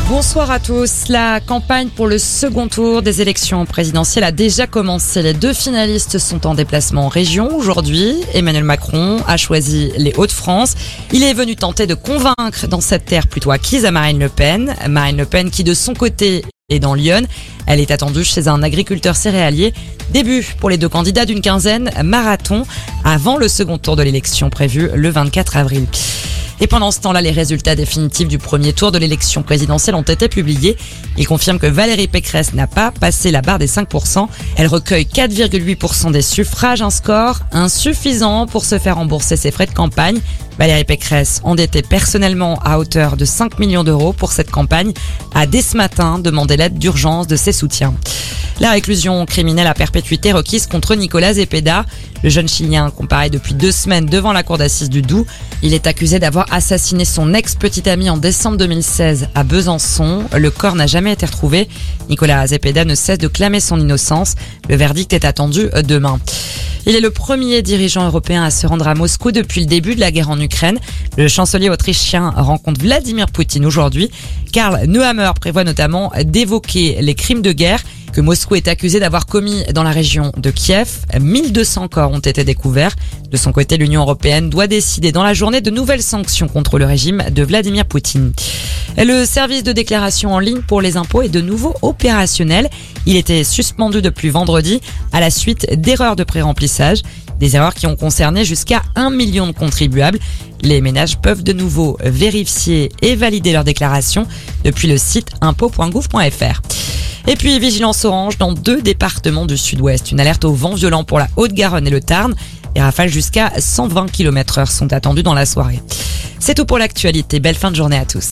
Bonsoir à tous. La campagne pour le second tour des élections présidentielles a déjà commencé. Les deux finalistes sont en déplacement en région aujourd'hui. Emmanuel Macron a choisi les Hauts-de-France. Il est venu tenter de convaincre dans cette terre plutôt acquise à Marine Le Pen. Marine Le Pen qui de son côté est dans l'Yonne. Elle est attendue chez un agriculteur céréalier. Début pour les deux candidats d'une quinzaine marathon avant le second tour de l'élection prévu le 24 avril. Et pendant ce temps-là, les résultats définitifs du premier tour de l'élection présidentielle ont été publiés. Ils confirment que Valérie Pécresse n'a pas passé la barre des 5%. Elle recueille 4,8% des suffrages, un score insuffisant pour se faire rembourser ses frais de campagne. Valérie Pécresse, endettée personnellement à hauteur de 5 millions d'euros pour cette campagne, a dès ce matin demandé l'aide d'urgence de ses soutiens. La réclusion criminelle à perpétuité requise contre Nicolas Zepeda. Le jeune Chilien comparaît depuis 2 semaines devant la cour d'assises du Doubs. Il est accusé d'avoir assassiné son ex-petite amie en décembre 2016 à Besançon. Le corps n'a jamais été retrouvé. Nicolas Zepeda ne cesse de clamer son innocence. Le verdict est attendu demain. Il est le premier dirigeant européen à se rendre à Moscou depuis le début de la guerre en Ukraine. Le chancelier autrichien rencontre Vladimir Poutine aujourd'hui. Karl Nehammer prévoit notamment d'évoquer les crimes de guerre que Moscou est accusé d'avoir commis dans la région de Kiev. 1200 corps ont été découverts. De son côté, l'Union européenne doit décider dans la journée de nouvelles sanctions contre le régime de Vladimir Poutine. Le service de déclaration en ligne pour les impôts est de nouveau opérationnel. Il était suspendu depuis vendredi à la suite d'erreurs de pré-remplissage. Des erreurs qui ont concerné jusqu'à 1 million de contribuables. Les ménages peuvent de nouveau vérifier et valider leur déclaration depuis le site impôts.gouv.fr. Et puis, vigilance orange dans 2 départements du sud-ouest. Une alerte au vent violent pour la Haute-Garonne et le Tarn. Les rafales jusqu'à 120 km/h sont attendues dans la soirée. C'est tout pour l'actualité. Belle fin de journée à tous.